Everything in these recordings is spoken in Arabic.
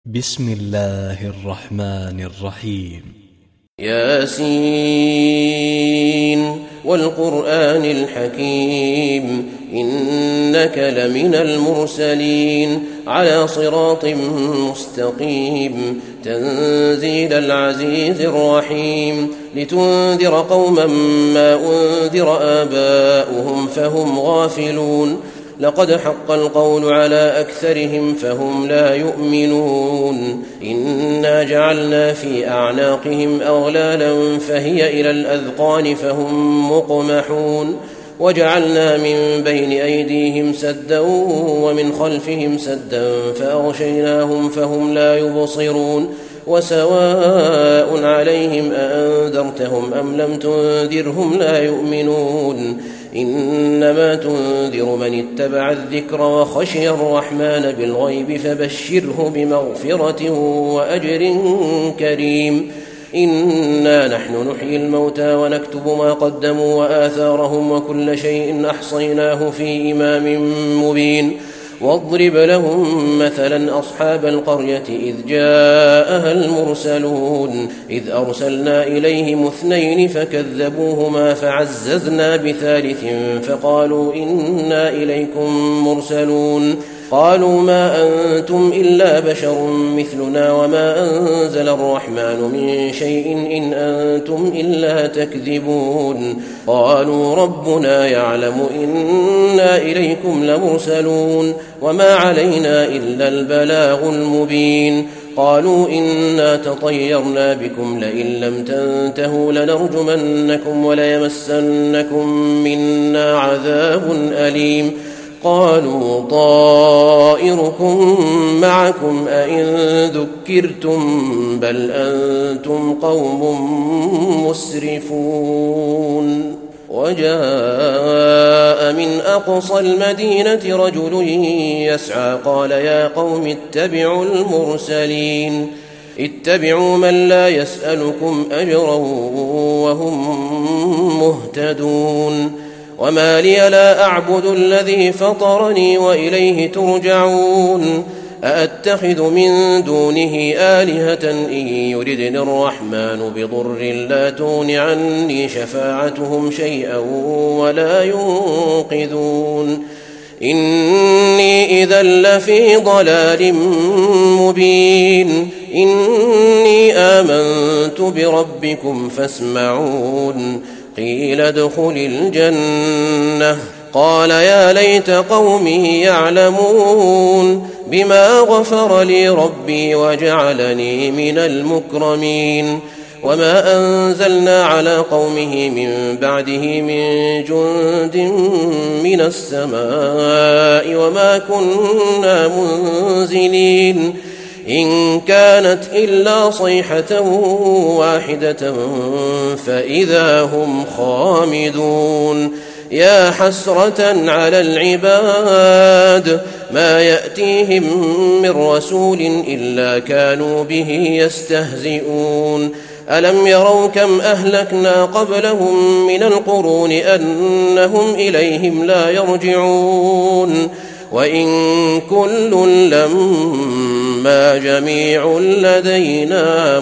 بسم الله الرحمن الرحيم. ياسين والقرآن الحكيم إنك لمن المرسلين على صراط مستقيم تنزيل العزيز الرحيم لتنذر قوما ما أنذر آباؤهم فهم غافلون لقد حق القول على أكثرهم فهم لا يؤمنون إنا جعلنا في أعناقهم أغلالا فهي إلى الأذقان فهم مقمحون وجعلنا من بين أيديهم سدا ومن خلفهم سدا فأغشيناهم فهم لا يبصرون وسواء عليهم أأنذرتهم أم لم تنذرهم لا يؤمنون إنما تنذر من اتبع الذكر وخشي الرحمن بالغيب فبشره بمغفرة وأجر كريم إنا نحن نحيي الموتى ونكتب ما قدموا وآثارهم وكل شيء أحصيناه في إمام مبين واضرب لهم مثلا أصحاب القرية إذ جاءها المرسلون إذ أرسلنا إليهم 2 فكذبوهما فعززنا بثالث فقالوا إنا إليكم مرسلون قالوا ما أنتم إلا بشر مثلنا وما أنزل الرحمن من شيء إن أنتم إلا تكذبون قالوا ربنا يعلم إنا إليكم لمرسلون وما علينا إلا البلاغ المبين قالوا إنا تطيرنا بكم لئن لم تنتهوا لنرجمنكم وليمسنكم منا عذاب أليم قالوا طائركم معكم أئن ذكرتم بل أنتم قوم مسرفون وجاء من أقصى المدينة رجل يسعى قال يا قوم اتبعوا المرسلين اتبعوا من لا يسألكم أجرا وهم مهتدون وما لي لا أعبد الذي فطرني وإليه ترجعون أأتخذ من دونه آلهة إن يردني الرحمن بضر لا تغن عني شفاعتهم شيئا ولا ينقذون إني إذا لفي ضلال مبين إني آمنت بربكم فاسمعون قيل ادخل الجنة قال يا ليت قومي يعلمون بما غفر لي ربي وجعلني من المكرمين وما أنزلنا على قومه من بعده من جند من السماء وما كنا منزلين إن كانت إلا صيحة واحدة فإذا هم خامدون يا حسرة على العباد ما يأتيهم من رسول إلا كانوا به يستهزئون ألم يروا كم أهلكنا قبلهم من القرون أنهم إليهم لا يرجعون وإن كل لما جميع لدينا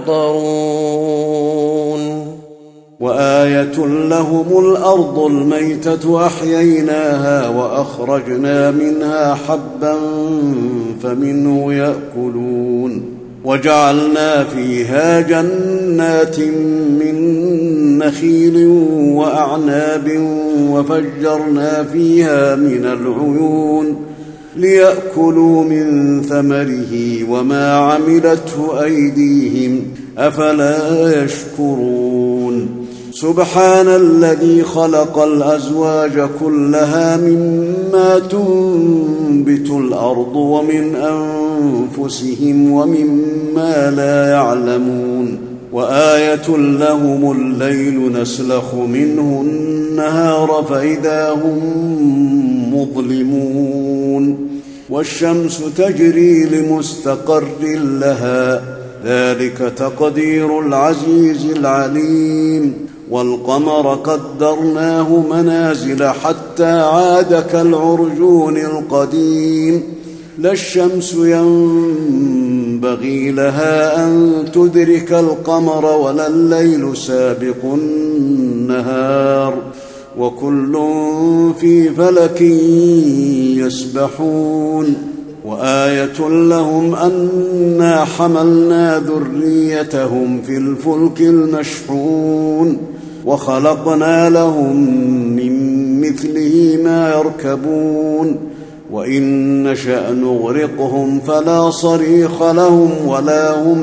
محضرون وآية لهم الأرض الميتة أحييناها وأخرجنا منها حبا فمنه يأكلون وجعلنا فيها جنات من نخيل وأعناب وفجرنا فيها من العيون ليأكلوا من ثمره وما عملته أيديهم أفلا يشكرون سبحان الذي خلق الأزواج كلها مما تنبت الأرض ومن أنفسهم ومما لا يعلمون وآية لهم الليل نسلخ منه النهار فإذا هم مظلمون والشمس تجري لمستقر لها ذلك تقدير العزيز العليم والقمر قدرناه منازل حتى عاد كالعرجون القديم لا الشمس ينبغي ينبغي لها أن تدرك القمر ولا الليل سابق النهار وكل في فلك يسبحون وآية لهم أنا حملنا ذريتهم في الفلك المشحون وخلقنا لهم من مثله ما يركبون وإن نشأ نغرقهم فلا صريخ لهم ولا هم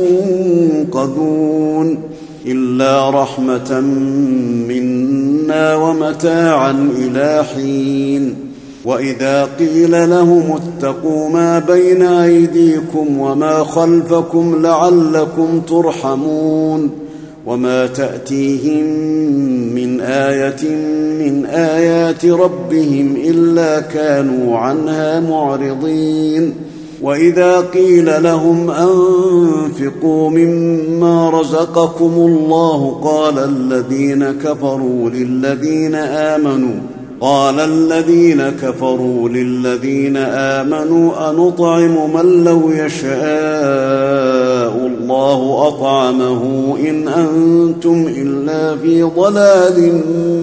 ينقذون إلا رحمة منا ومتاعا إلى حين وإذا قيل لهم اتقوا ما بين أيديكم وما خلفكم لعلكم ترحمون وما تأتيهم من آية من آيات ربهم إلا كانوا عنها معرضين وإذا قيل لهم أنفقوا مما رزقكم الله قال الذين كفروا للذين آمنوا أنطعم من لو يشاء الله أطعمه إن أنتم إلا في ضلال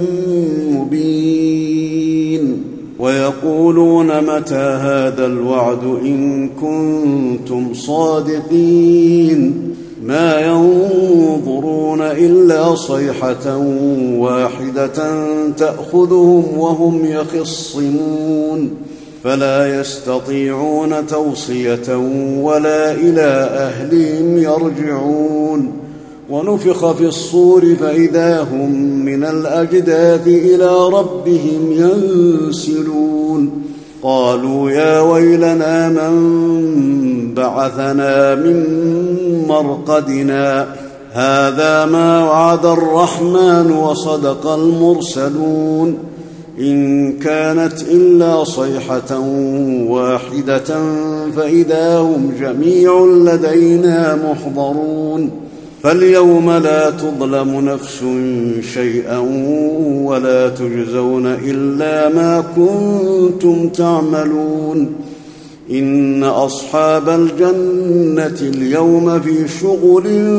مبين ويقولون متى هذا الوعد إن كنتم صادقين ما ينظرون إلا صيحة واحدة تأخذهم وهم يخصمون فلا يستطيعون توصية ولا إلى أهلهم يرجعون ونفخ في الصور فإذا هم من الأجداث إلى ربهم ينسلون قالوا يا ويلنا من بعثنا من مرقدنا هذا ما وعد الرحمن وصدق المرسلون إن كانت إلا صيحة واحدة فإذا هم جميع لدينا محضرون فاليوم لا تظلم نفس شيئا ولا تجزون إلا ما كنتم تعملون إن أصحاب الجنة اليوم في شغل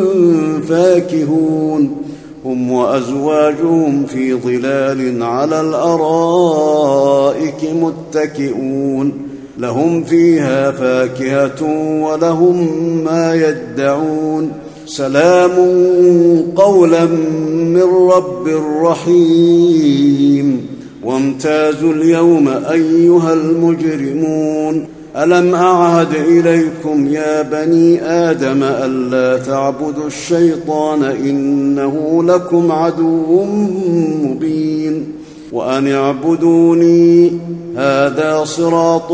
فاكهون هم وأزواجهم في ظلال على الأرائك متكئون لهم فيها فاكهة ولهم ما يدعون سلام قولا من رب رحيم وامتازوا اليوم أيها المجرمون ألم أعهد إليكم يا بني آدم ألا تعبدوا الشيطان إنه لكم عدو مبين وأن اعبدوني هذا صراط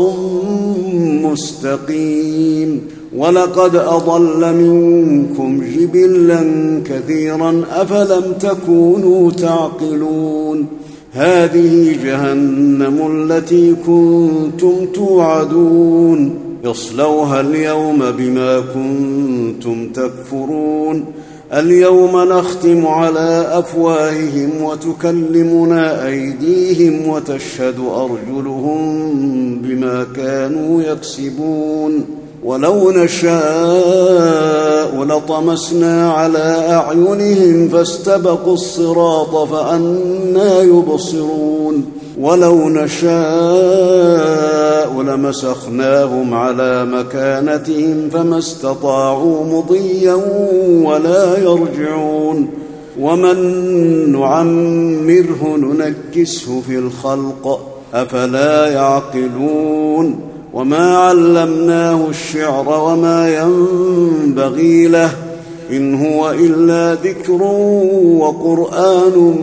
مستقيم ولقد أضل منكم جبلا كثيرا أفلم تكونوا تعقلون هذه جهنم التي كنتم توعدون اصلوها اليوم بما كنتم تكفرون اليوم نختم على أفواههم وتكلمنا أيديهم وتشهد أرجلهم بما كانوا يكسبون ولو نشاء لطمسنا على أعينهم فاستبقوا الصراط فأنى يبصرون ولو نشاء لمسخناهم على مكانتهم فما استطاعوا مضيا ولا يرجعون ومن نعمره ننكسه في الخلق أفلا يعقلون وما علمناه الشعر وما ينبغي له إن هو إلا ذكر وقرآن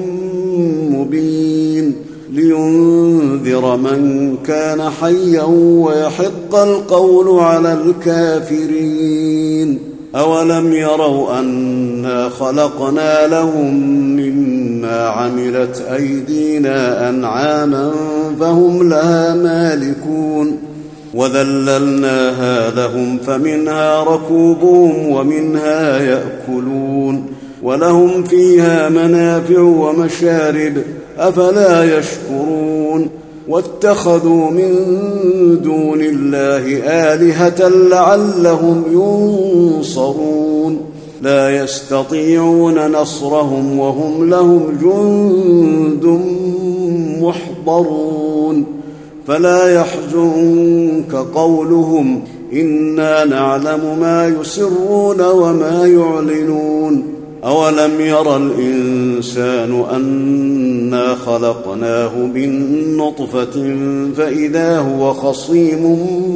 مبين لينذر من كان حيا ويحق القول على الكافرين أولم يروا أنا خلقنا لهم مما عملت أيدينا أنعاما فهم لها مالكون وذللناها لهم فمنها ركوبهم ومنها يأكلون ولهم فيها منافع ومشارب أفلا يشكرون واتخذوا من دون الله آلهة لعلهم ينصرون لا يستطيعون نصرهم وهم لهم جند محضرون فلا يحزنك قولهم إنا نعلم ما يسرون وما يعلنون أولم ير الإنسان أنا خلقناه من نطفة فإذا هو خصيم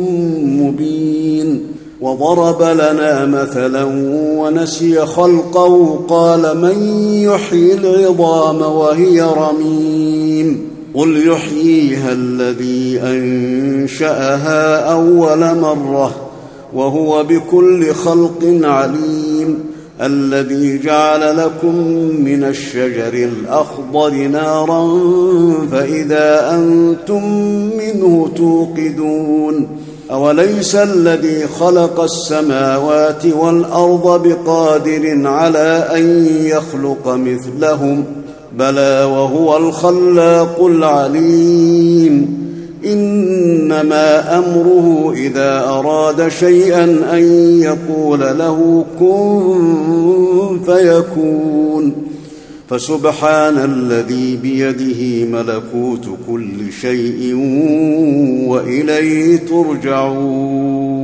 مبين وضرب لنا مثلا ونسي خلقه قال من يحيي العظام وهي رميم قل يحييها الذي أنشأها أول مرة وهو بكل خلق عليم الذي جعل لكم من الشجر الأخضر نارا فإذا أنتم منه توقدون أوليس الذي خلق السماوات والأرض بقادر على أن يخلق مثلهم بلى وهو الخلاق العليم إنما أمره إذا أراد شيئا أن يقول له كن فيكون فسبحان الذي بيده ملكوت كل شيء وإليه ترجعون